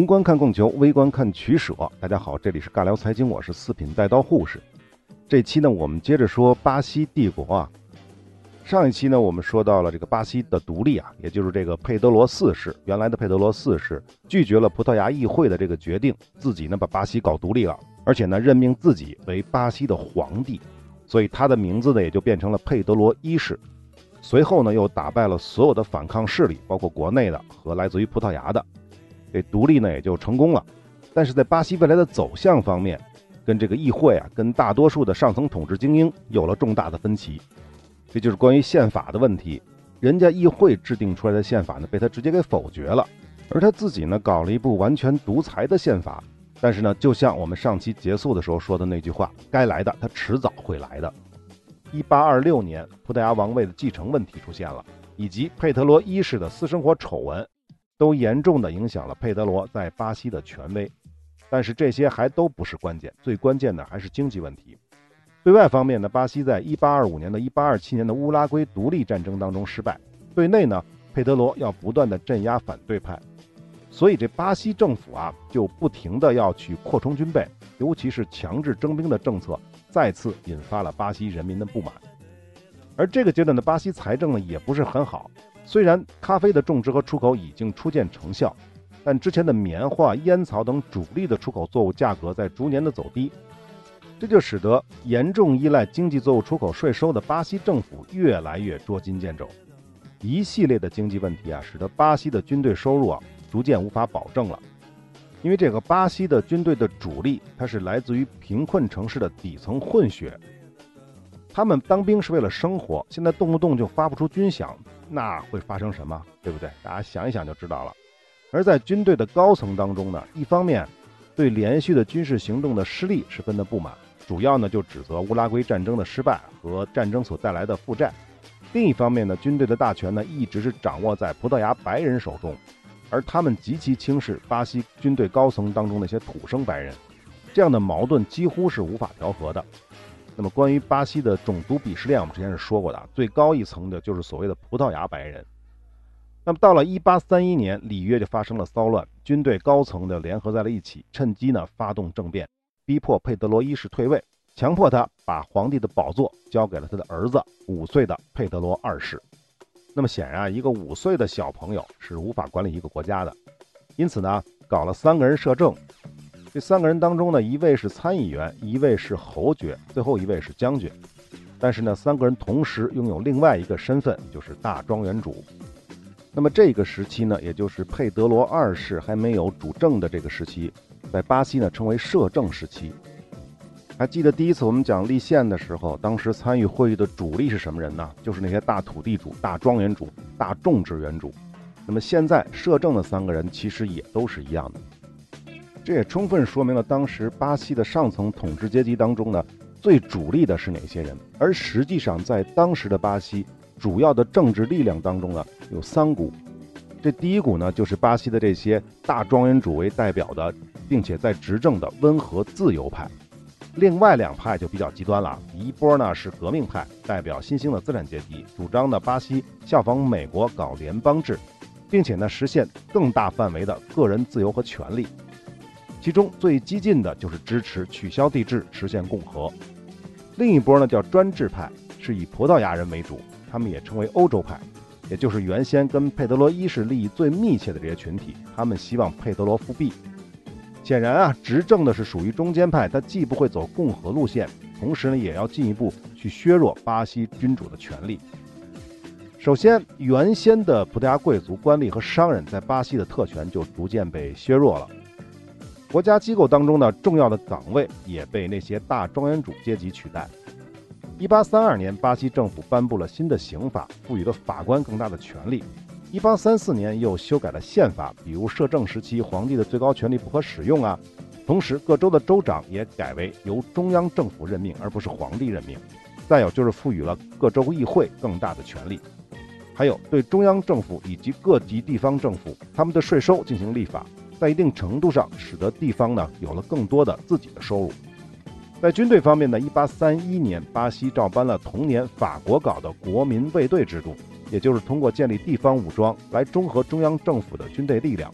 宏观看供求，微观看取舍。大家好，这里是尬聊财经，我是四品带刀护士。这期呢，我们接着说巴西帝国啊。上一期呢，我们说到了这个巴西的独立啊，也就是这个佩德罗四世，原来的佩德罗四世拒绝了葡萄牙议会的这个决定，自己呢把巴西搞独立了，而且呢任命自己为巴西的皇帝，所以他的名字呢也就变成了佩德罗一世。随后呢又打败了所有的反抗势力，包括国内的和来自于葡萄牙的，这独立呢也就成功了。但是在巴西未来的走向方面，跟这个议会啊，跟大多数的上层统治精英有了重大的分歧。这就是关于宪法的问题，人家议会制定出来的宪法呢被他直接给否决了，而他自己呢搞了一部完全独裁的宪法。但是呢，就像我们上期结束的时候说的那句话，该来的他迟早会来的。1826年葡萄牙王位的继承问题出现了，以及佩德罗一世的私生活丑闻，都严重的影响了佩德罗在巴西的权威。但是这些还都不是关键，最关键的还是经济问题。对外方面呢，巴西在1825年的1827年的乌拉圭独立战争当中失败。对内呢，佩德罗要不断的镇压反对派，所以这巴西政府啊就不停的要去扩充军备，尤其是强制征兵的政策再次引发了巴西人民的不满。而这个阶段的巴西财政呢也不是很好，虽然咖啡的种植和出口已经初见成效，但之前的棉花、烟草等主力的出口作物价格在逐年的走低，这就使得严重依赖经济作物出口税收的巴西政府越来越捉襟见肘。一系列的经济问题啊，使得巴西的军队收入啊逐渐无法保证了。因为这个巴西的军队的主力，它是来自于贫困城市的底层混血，他们当兵是为了生活，现在动不动就发不出军饷，那会发生什么？对不对？大家想一想就知道了。而在军队的高层当中呢，一方面对连续的军事行动的失利十分的不满，主要呢就指责乌拉圭战争的失败和战争所带来的负债。另一方面呢，军队的大权呢一直是掌握在葡萄牙白人手中，而他们极其轻视巴西军队高层当中那些土生白人，这样的矛盾几乎是无法调和的。那么关于巴西的种族鄙视链，我们之前是说过的，最高一层的就是所谓的葡萄牙白人。那么到了1831年，里约就发生了骚乱，军队高层的联合在了一起，趁机呢发动政变，逼迫佩德罗一世退位，强迫他把皇帝的宝座交给了他的儿子5岁的佩德罗二世。那么显然啊，一个5岁的小朋友是无法管理一个国家的，因此呢，搞了3个人摄政。这3个人当中呢，一位是参议员，一位是侯爵，最后一位是将军。但是呢，3个人同时拥有另外一个身份，就是大庄园主。那么这个时期呢，也就是佩德罗二世还没有主政的这个时期，在巴西呢称为摄政时期。还记得第一次我们讲立宪的时候，当时参与会议的主力是什么人呢？就是那些大土地主、大庄园主、大种植园主。那么现在摄政的3个人其实也都是一样的。这也充分说明了当时巴西的上层统治阶级当中呢，最主力的是哪些人。而实际上在当时的巴西，主要的政治力量当中呢，有3股。这第一股呢，就是巴西的这些大庄园主为代表的，并且在执政的温和自由派。另外2派就比较极端了，一波呢是革命派，代表新兴的资产阶级，主张呢巴西效仿美国搞联邦制，并且呢实现更大范围的个人自由和权利。其中最激进的就是支持取消帝制，实现共和。另一波呢叫专制派，是以葡萄牙人为主，他们也称为欧洲派，也就是原先跟佩德罗一世利益最密切的这些群体，他们希望佩德罗复辟。显然啊，执政的是属于中间派，他既不会走共和路线，同时呢也要进一步去削弱巴西君主的权力。首先，原先的葡萄牙贵族、官吏和商人在巴西的特权就逐渐被削弱了。国家机构当中呢，重要的岗位也被那些大庄园主阶级取代。1832年，巴西政府颁布了新的刑法，赋予了法官更大的权力。1834年又修改了宪法，比如摄政时期皇帝的最高权力不可使用啊。同时，各州的州长也改为由中央政府任命，而不是皇帝任命。再有就是赋予了各州议会更大的权力，还有对中央政府以及各级地方政府他们的税收进行立法，在一定程度上使得地方呢有了更多的自己的收入。在军队方面呢，1831年巴西照搬了同年法国搞的国民卫队制度，也就是通过建立地方武装来中和中央政府的军队力量。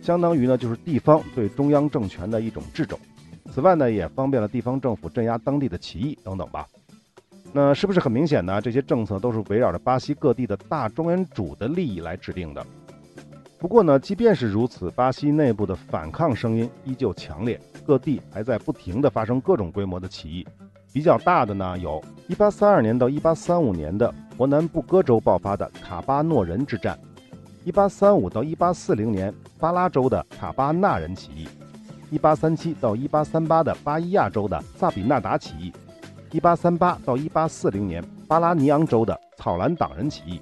相当于呢就是地方对中央政权的一种掣肘。此外呢，也方便了地方政府镇压当地的起义等等吧。那是不是很明显呢？这些政策都是围绕着巴西各地的大庄园主的利益来制定的。不过呢，即便是如此，巴西内部的反抗声音依旧强烈，各地还在不停地发生各种规模的起义。比较大的呢，有1832年到1835年的伯南布哥州爆发的卡巴诺人之战，1835到1840年巴拉州的卡巴纳人起义，1837到1838的巴伊亚州的萨比纳达起义，1838到1840年巴拉尼昂州的草兰党人起义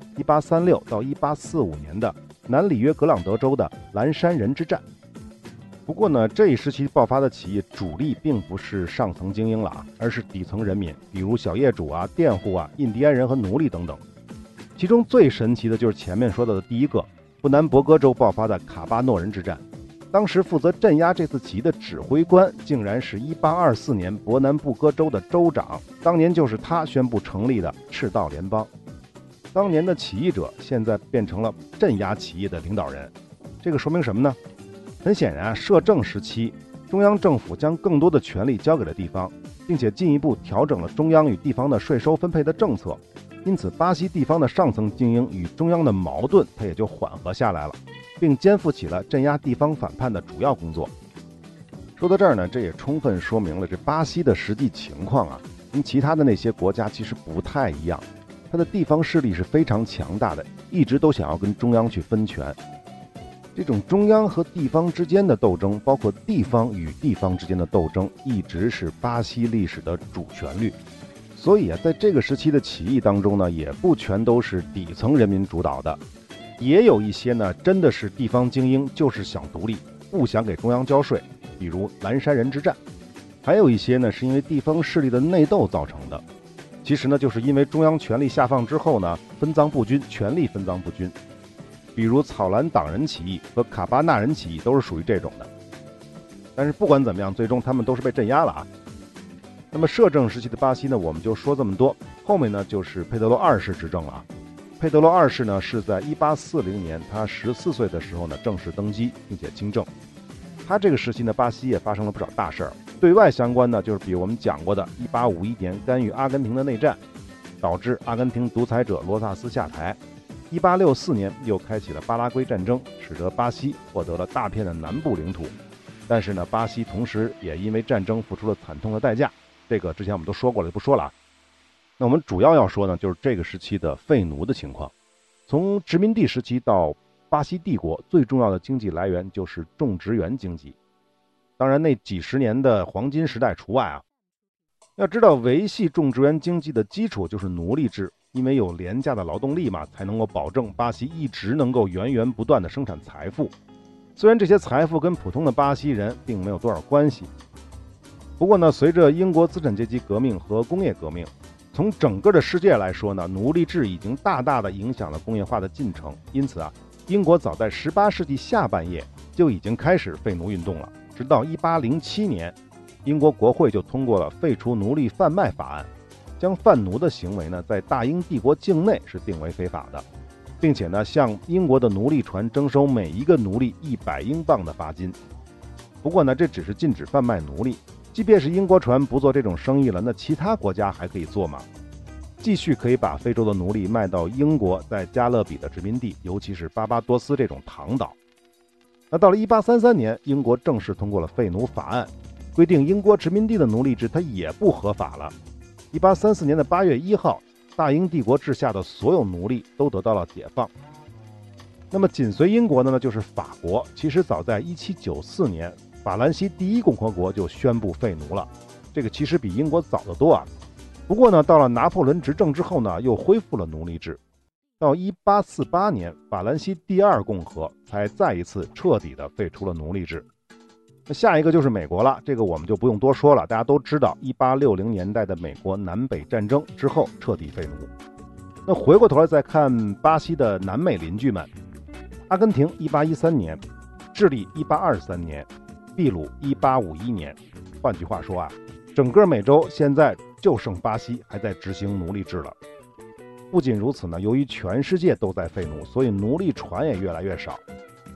，1836到1845年的南里约格朗德州的蓝山人之战。不过呢，这一时期爆发的起义主力并不是上层精英了而是底层人民，比如小业主啊、佃户啊、印第安人和奴隶等等。其中最神奇的就是前面说到的第一个，布南伯哥州爆发的卡巴诺人之战。当时负责镇压这次起义的指挥官，竟然是1824年伯南布哥州的州长，当年就是他宣布成立的赤道联邦。当年的起义者现在变成了镇压起义的领导人，这个说明什么呢？很显然摄政时期，中央政府将更多的权力交给了地方，并且进一步调整了中央与地方的税收分配的政策，因此巴西地方的上层精英与中央的矛盾它也就缓和下来了，并肩负起了镇压地方反叛的主要工作。说到这儿呢，这也充分说明了这巴西的实际情况啊，跟其他的那些国家其实不太一样，它的地方势力是非常强大的，一直都想要跟中央去分权。这种中央和地方之间的斗争，包括地方与地方之间的斗争，一直是巴西历史的主旋律。所以啊，在这个时期的起义当中呢，也不全都是底层人民主导的，也有一些呢，真的是地方精英就是想独立，不想给中央交税，比如蓝山人之战。还有一些呢，是因为地方势力的内斗造成的。其实呢，就是因为中央权力下放之后呢，分赃不均，权力分赃不均。比如草兰党人起义和卡巴纳人起义都是属于这种的。但是不管怎么样，最终他们都是被镇压了啊。那么摄政时期的巴西呢，我们就说这么多。后面呢，就是佩德罗二世执政了啊。佩德罗二世呢，是在1840年他14岁的时候呢，正式登基并且亲政。他这个时期呢，巴西也发生了不少大事儿。对外相关的就是比如我们讲过的1851年干预阿根廷的内战，导致阿根廷独裁者罗萨斯下台。1864年又开启了巴拉圭战争，使得巴西获得了大片的南部领土。但是呢，巴西同时也因为战争付出了惨痛的代价，这个之前我们都说过了，就不说了啊。那我们主要要说呢，就是这个时期的废奴的情况。从殖民地时期到巴西帝国，最重要的经济来源就是种植园经济，当然那几十年的黄金时代除外啊。要知道，维系种植园经济的基础就是奴隶制，因为有廉价的劳动力嘛，才能够保证巴西一直能够源源不断的生产财富。虽然这些财富跟普通的巴西人并没有多少关系，不过呢，随着英国资产阶级革命和工业革命，从整个的世界来说呢，奴隶制已经大大的影响了工业化的进程。因此啊，英国早在18世纪下半叶就已经开始废奴运动了，直到1807年，英国国会就通过了废除奴隶贩卖法案，将贩奴的行为呢，在大英帝国境内是定为非法的，并且呢，向英国的奴隶船征收每一个奴隶100英镑的罚金。不过呢，这只是禁止贩卖奴隶，即便是英国船不做这种生意了，那其他国家还可以做吗？继续可以把非洲的奴隶卖到英国在加勒比的殖民地，尤其是巴巴多斯这种唐岛。那到了1833年，英国正式通过了废奴法案，规定英国殖民地的奴隶制它也不合法了。1834年的8月1号，大英帝国治下的所有奴隶都得到了解放。那么紧随英国的呢，就是法国。其实早在1794年，法兰西第一共和国就宣布废奴了，这个其实比英国早得多啊。不过呢，到了拿破仑执政之后呢，又恢复了奴隶制。到1848年，法兰西第二共和才再一次彻底的废除了奴隶制。那下一个就是美国了，这个我们就不用多说了，大家都知道1860年代的美国南北战争之后彻底废奴。那回过头来再看巴西的南美邻居们，阿根廷1813年，智利1823年，秘鲁1851年。换句话说啊，整个美洲现在就剩巴西还在执行奴隶制了。不仅如此呢，由于全世界都在废奴，所以奴隶船也越来越少。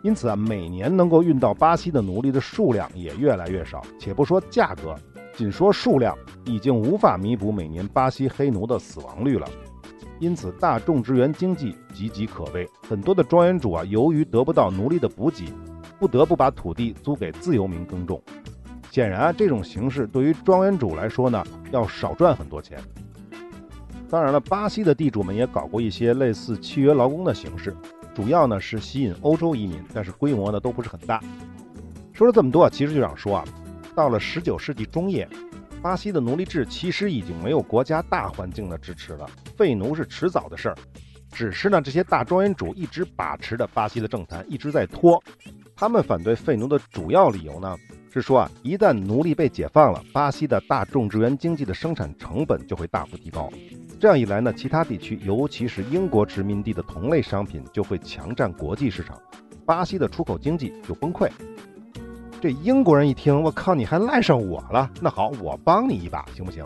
因此啊，每年能够运到巴西的奴隶的数量也越来越少。且不说价格，仅说数量，已经无法弥补每年巴西黑奴的死亡率了。因此，大种植园经济岌岌可危。很多的庄园主啊，由于得不到奴隶的补给，不得不把土地租给自由民耕种。显然啊，这种形式对于庄园主来说呢，要少赚很多钱。当然了，巴西的地主们也搞过一些类似契约劳工的形式，主要呢是吸引欧洲移民，但是规模呢都不是很大。说了这么多啊，其实就想说啊，到了19世纪中叶，巴西的奴隶制其实已经没有国家大环境的支持了，废奴是迟早的事儿。只是呢，这些大庄园主一直把持着巴西的政坛，一直在拖。他们反对废奴的主要理由呢，是说啊，一旦奴隶被解放了，巴西的大种植园经济的生产成本就会大幅提高。这样一来呢，其他地区，尤其是英国殖民地的同类商品就会强占国际市场，巴西的出口经济就崩溃。这英国人一听，我靠，你还赖上我了？那好，我帮你一把，行不行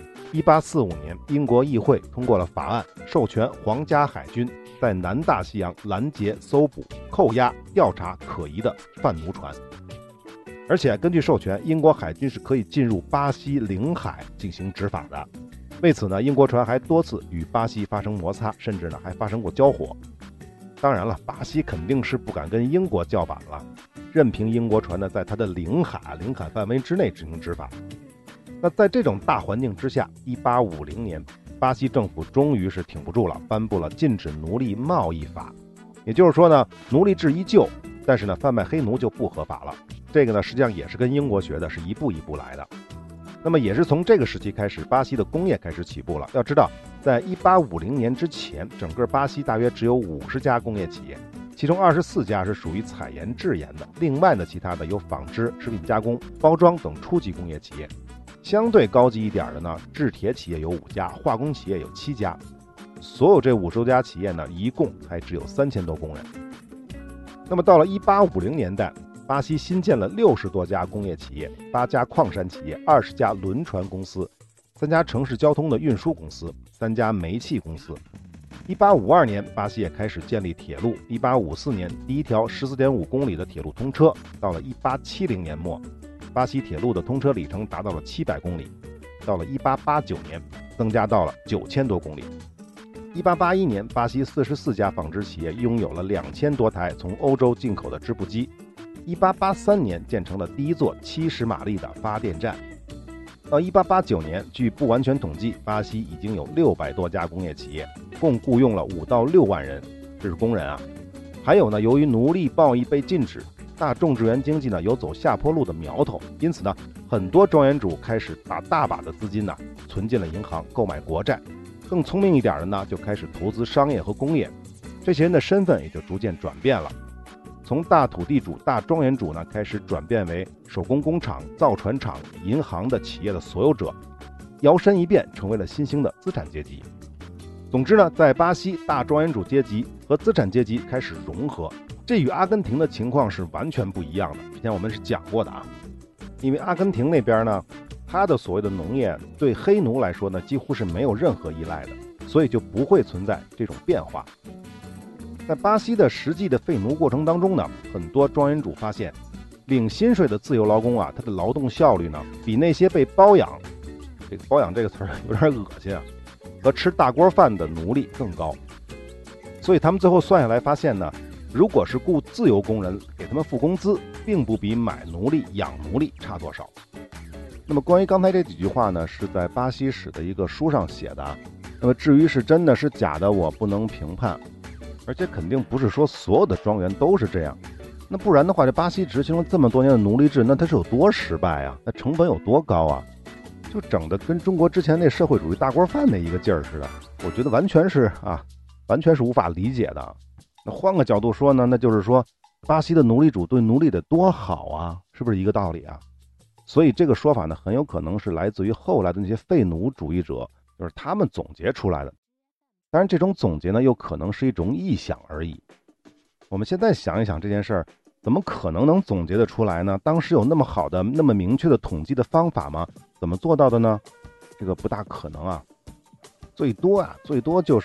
？1845年，英国议会通过了法案，授权皇家海军在南大西洋拦截、搜捕、扣押、调查可疑的贩奴船。而且根据授权，英国海军是可以进入巴西领海进行执法的。为此呢，英国船还多次与巴西发生摩擦，甚至呢还发生过交火。当然了，巴西肯定是不敢跟英国叫板了，任凭英国船呢在它的领海范围之内进行执法。那在这种大环境之下，1850年，巴西政府终于是挺不住了，颁布了禁止奴隶贸易法。也就是说呢，奴隶制依旧，但是呢，贩卖黑奴就不合法了。这个呢，实际上也是跟英国学的，是一步一步来的。那么也是从这个时期开始，巴西的工业开始起步了。要知道，在1850年之前，整个巴西大约只有50家工业企业，其中24家是属于采盐制盐的，另外呢，其他的有纺织、食品加工、包装等初级工业企业。相对高级一点的呢，制铁企业有5家，化工企业有7家。所有这50多家企业呢，一共才只有3000多工人。那么到了1850年代，巴西新建了60多家工业企业，8家矿山企业，20家轮船公司，3家城市交通的运输公司，3家煤气公司。1852年，巴西也开始建立铁路。1854年，第一条14.5公里的铁路通车。到了1870年末，巴西铁路的通车里程达到了700公里。到了1889年，增加到了9000多公里。1881年，巴西44家纺织企业拥有了2000多台从欧洲进口的织布机。1883年建成了第一座70马力的发电站。到1889年，据不完全统计，巴西已经有600多家工业企业，共雇佣了5到6万人，这是工人啊。还有呢，由于奴隶贸易被禁止，大种植园经济呢有走下坡路的苗头，因此呢，很多庄园主开始把大把的资金呢存进了银行，购买国债。更聪明一点的呢，就开始投资商业和工业。这些人的身份也就逐渐转变了。从大土地主、大庄园主呢，开始转变为手工工厂、造船厂、银行的企业的所有者，摇身一变成为了新兴的资产阶级。总之呢，在巴西，大庄园主阶级和资产阶级开始融合，这与阿根廷的情况是完全不一样的。之前我们是讲过的啊，因为阿根廷那边呢，它的所谓的农业对黑奴来说呢，几乎是没有任何依赖的，所以就不会存在这种变化。在巴西的实际的废奴过程当中呢，很多庄园主发现，领薪水的自由劳工啊，他的劳动效率呢，比那些被包养，这个包养这个词儿有点恶心啊，和吃大锅饭的奴隶更高。所以他们最后算下来发现呢，如果是雇自由工人给他们付工资，并不比买奴隶养奴隶差多少。那么关于刚才这几句话呢，是在巴西史的一个书上写的啊。那么至于是真的是假的，我不能评判。而且肯定不是说所有的庄园都是这样，那不然的话，这巴西执行了这么多年的奴隶制，那它是有多失败啊？那成本有多高啊？就整的跟中国之前那社会主义大锅饭那一个劲儿似的，我觉得完全是无法理解的。那换个角度说呢，那就是说巴西的奴隶主对奴隶得多好啊，是不是一个道理啊？所以这个说法呢，很有可能是来自于后来的那些废奴主义者，就是他们总结出来的。当然这种总结呢，又可能是一种臆想而已。我们现在想一想这件事儿，怎么可能能总结得出来呢？当时有那么好的、那么明确的统计的方法吗？怎么做到的呢？这个不大可能啊。最多就是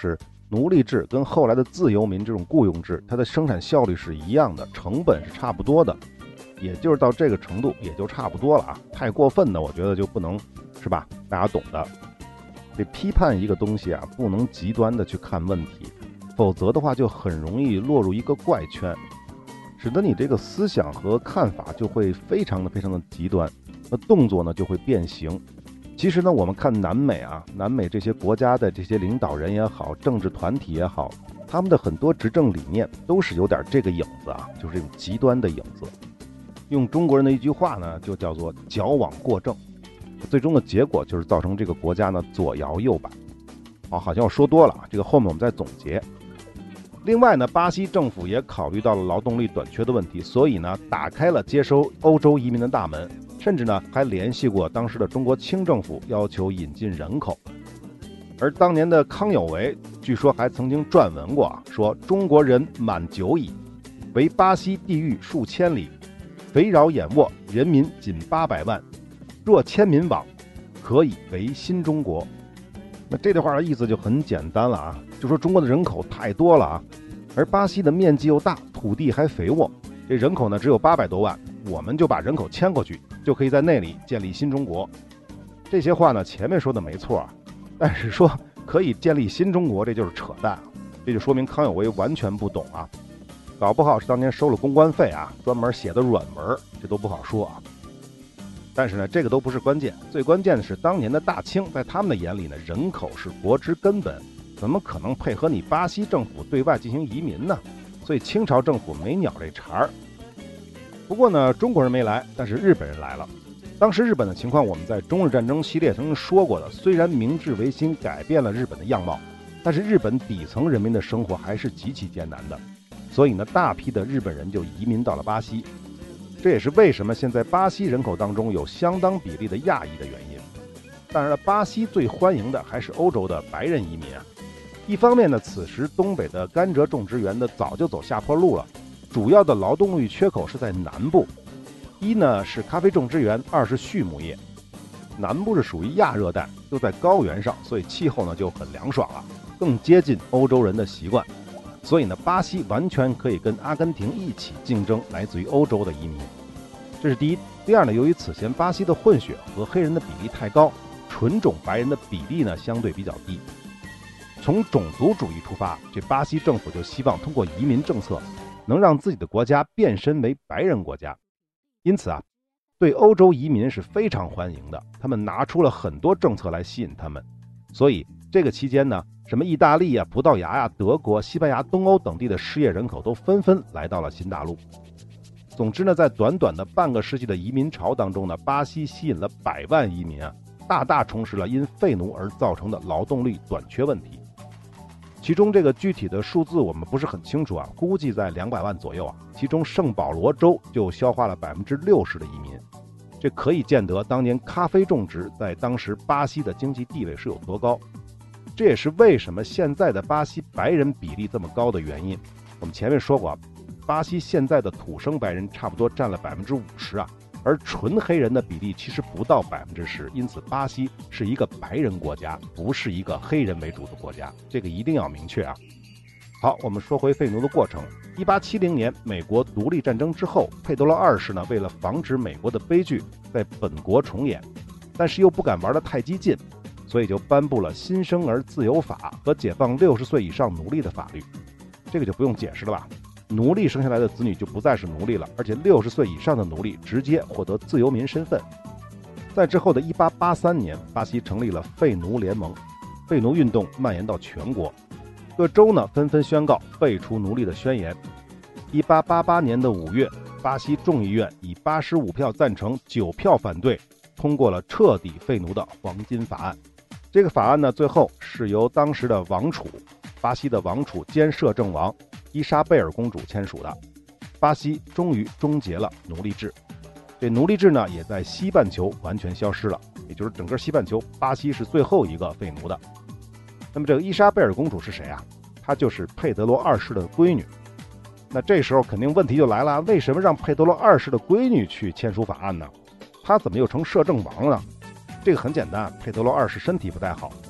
奴隶制跟后来的自由民这种雇佣制，它的生产效率是一样的，成本是差不多的，也就是到这个程度也就差不多了啊。太过分的，我觉得就不能，是吧？大家懂的。这批判一个东西啊，不能极端的去看问题，否则的话就很容易落入一个怪圈，使得你这个思想和看法就会非常的极端，那动作呢就会变形。其实呢，我们看南美这些国家的这些领导人也好，政治团体也好，他们的很多执政理念都是有点这个影子啊，就是这种极端的影子。用中国人的一句话呢，就叫做矫枉过正，最终的结果就是造成这个国家呢左摇右摆。好像我说多了，这个后面我们再总结。另外呢，巴西政府也考虑到了劳动力短缺的问题，所以呢，打开了接收欧洲移民的大门，甚至呢还联系过当时的中国清政府，要求引进人口。而当年的康有为据说还曾经撰文过说中国人满9矣，为巴西地域数千里，肥饶眼卧，人民仅800万，若千民往，可以为新中国。那这句话的意思就很简单了啊，就说中国的人口太多了啊，而巴西的面积又大，土地还肥沃，这人口呢只有800多万，我们就把人口迁过去，就可以在那里建立新中国。这些话呢前面说的没错啊，但是说可以建立新中国，这就是扯淡，这就说明康有为完全不懂啊，搞不好是当年收了公关费啊，专门写的软文，这都不好说啊。但是呢，这个都不是关键，最关键的是当年的大清在他们的眼里呢，人口是国之根本，怎么可能配合你巴西政府对外进行移民呢？所以清朝政府没鸟这茬儿。不过呢，中国人没来，但是日本人来了。当时日本的情况我们在中日战争系列曾经说过的，虽然明治维新改变了日本的样貌，但是日本底层人民的生活还是极其艰难的，所以呢，大批的日本人就移民到了巴西。这也是为什么现在巴西人口当中有相当比例的亚裔的原因。当然了，巴西最欢迎的还是欧洲的白人移民啊。一方面呢，此时东北的甘蔗种植园呢早就走下坡路了，主要的劳动力缺口是在南部。一呢是咖啡种植园，二是畜牧业。南部是属于亚热带，又在高原上，所以气候呢就很凉爽了，更接近欧洲人的习惯。所以呢，巴西完全可以跟阿根廷一起竞争来自于欧洲的移民，这是第一。第二呢，由于此前巴西的混血和黑人的比例太高，纯种白人的比例呢相对比较低。从种族主义出发，这巴西政府就希望通过移民政策能让自己的国家变身为白人国家，因此啊，对欧洲移民是非常欢迎的，他们拿出了很多政策来吸引他们。所以这个期间呢，什么意大利啊、葡萄牙呀、德国、西班牙、东欧等地的失业人口都纷纷来到了新大陆。总之呢，在短短的半个世纪的移民潮当中呢，巴西吸引了100万移民啊，大大充实了因废奴而造成的劳动力短缺问题。其中这个具体的数字我们不是很清楚啊，估计在200万左右啊。其中圣保罗州就消化了60%的移民，这可以见得当年咖啡种植在当时巴西的经济地位是有多高。这也是为什么现在的巴西白人比例这么高的原因。我们前面说过，巴西现在的土生白人差不多占了50%啊，而纯黑人的比例其实不到10%，因此巴西是一个白人国家，不是一个黑人为主的国家，这个一定要明确啊。好，我们说回废奴的过程。1870年美国独立战争之后，佩德罗2世呢，为了防止美国的悲剧在本国重演，但是又不敢玩得太激进，所以就颁布了新生儿自由法和解放60岁以上奴隶的法律。这个就不用解释了吧，奴隶生下来的子女就不再是奴隶了，而且60岁以上的奴隶直接获得自由民身份。在之后的1883年，巴西成立了废奴联盟，废奴运动蔓延到全国，各州呢纷纷宣告废除奴隶的宣言。1888年的5月，巴西众议院以85票赞成、9票反对，通过了彻底废奴的黄金法案。这个法案呢，最后是由当时的王储，巴西的王储兼摄政王伊莎贝尔公主签署的。巴西终于终结了奴隶制。这奴隶制呢，也在西半球完全消失了，也就是整个西半球，巴西是最后一个废奴的。那么这个伊莎贝尔公主是谁啊？她就是佩德罗2世的闺女。那这时候肯定问题就来了，为什么让佩德罗2世的闺女去签署法案呢？她怎么又成摄政王了呢？这个很简单，佩德罗2世身体不太好，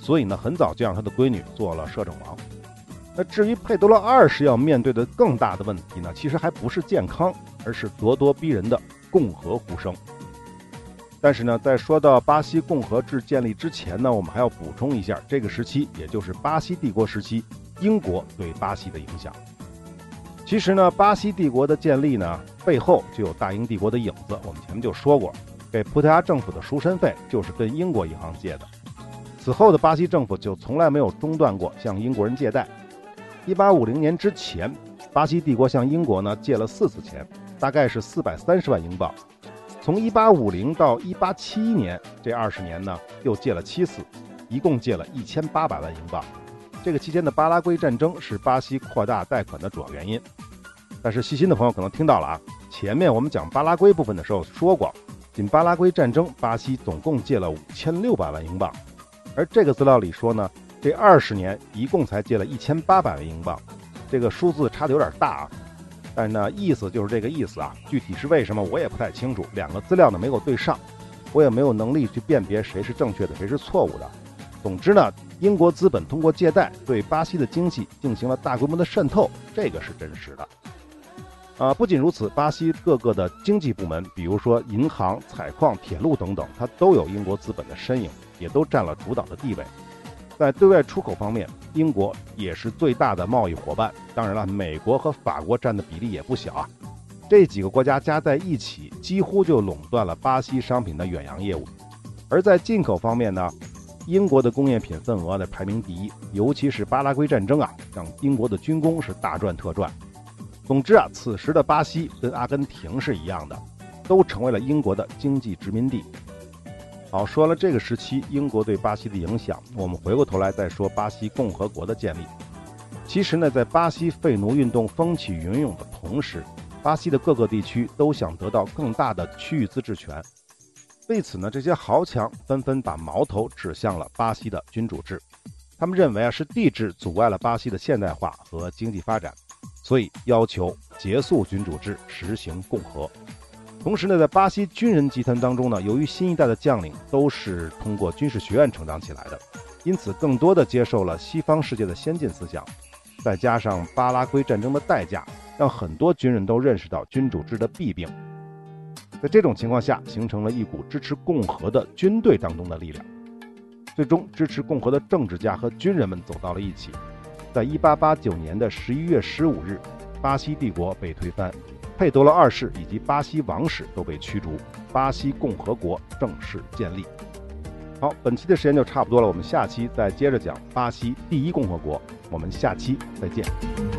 所以呢，很早就让他的闺女做了摄政王。那至于佩德罗二世要面对的更大的问题呢，其实还不是健康，而是咄咄逼人的共和呼声。但是呢，在说到巴西共和制建立之前呢，我们还要补充一下这个时期，也就是巴西帝国时期，英国对巴西的影响。其实呢，巴西帝国的建立呢，背后就有大英帝国的影子。我们前面就说过，给葡萄牙政府的赎身费就是跟英国银行借的。此后的巴西政府就从来没有中断过向英国人借贷。1850年之前，巴西帝国向英国呢借了4次钱，大概是430万英镑。从1850到1871年这20年呢，又借了7次，一共借了1800万英镑。这个期间的巴拉圭战争是巴西扩大贷款的主要原因。但是细心的朋友可能听到了啊，前面我们讲巴拉圭部分的时候说过，仅巴拉圭战争，巴西总共借了5600万英镑。而这个资料里说呢，这20年一共才借了1800万英镑，这个数字差得有点大啊。但是呢，意思就是这个意思啊，具体是为什么我也不太清楚，两个资料呢没有对上，我也没有能力去辨别谁是正确的，谁是错误的。总之呢，英国资本通过借贷对巴西的经济进行了大规模的渗透，这个是真实的。不仅如此，巴西各个的经济部门，比如说银行、采矿、铁路等等，它都有英国资本的身影，也都占了主导的地位。在对外出口方面，英国也是最大的贸易伙伴，当然了，美国和法国占的比例也不小啊。这几个国家加在一起，几乎就垄断了巴西商品的远洋业务。而在进口方面呢，英国的工业品份额呢排名第一，尤其是巴拉圭战争啊，让英国的军工是大赚特赚。总之啊，此时的巴西跟阿根廷是一样的，都成为了英国的经济殖民地。好，说了这个时期英国对巴西的影响，我们回过头来再说巴西共和国的建立。其实呢，在巴西废奴运动风起云涌的同时，巴西的各个地区都想得到更大的区域自治权。为此呢，这些豪强纷纷把矛头指向了巴西的君主制。他们认为啊，是帝制阻碍了巴西的现代化和经济发展，所以要求结束君主制，实行共和。同时呢，在巴西军人集团当中呢，由于新一代的将领都是通过军事学院成长起来的，因此更多的接受了西方世界的先进思想。再加上巴拉圭战争的代价，让很多军人都认识到君主制的弊病。在这种情况下，形成了一股支持共和的军队当中的力量。最终，支持共和的政治家和军人们走到了一起。在1889年的11月15日，巴西帝国被推翻，佩德罗二世以及巴西王室都被驱逐，巴西共和国正式建立。好，本期的时间就差不多了，我们下期再接着讲巴西第一共和国。我们下期再见。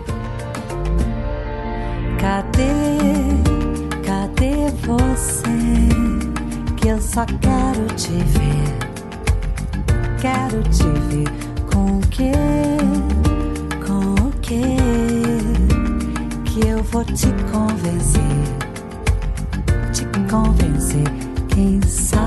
Cadê você? Que eu só quero te ver. Quero te ver com o quê? Com o quê? Que eu vou te convencer. Te convencer. Quem sabe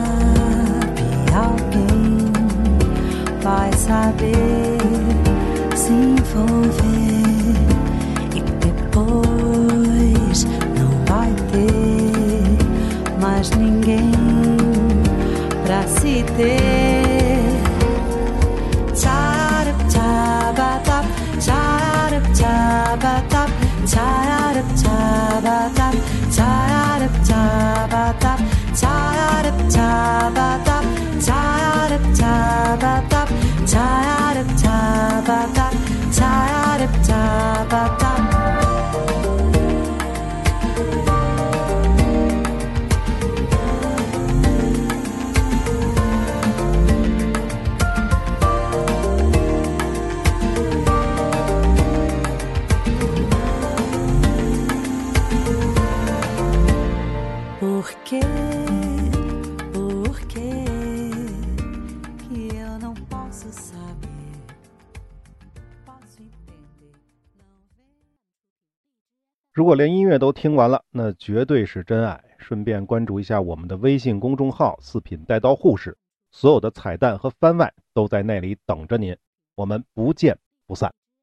alguém vai saber se envolver e depois não vai ter mais ninguém pra se ter. Tcharup tchabatap, tcharup tchabatap, tcharup tchabatap, tcharup tchabatap, tcharup tchabatap, tcharup tchabatap, tcharup tchabatap, tcharup tchabatap. Por quê? Por quê que eu não posso saber? Posso entender, não vem. 如果连音乐都听完了，那绝对是真爱。顺便关注一下我们的微信公众号四品带刀护士，所有的彩蛋和番外都在那里等着您。我们不见不散。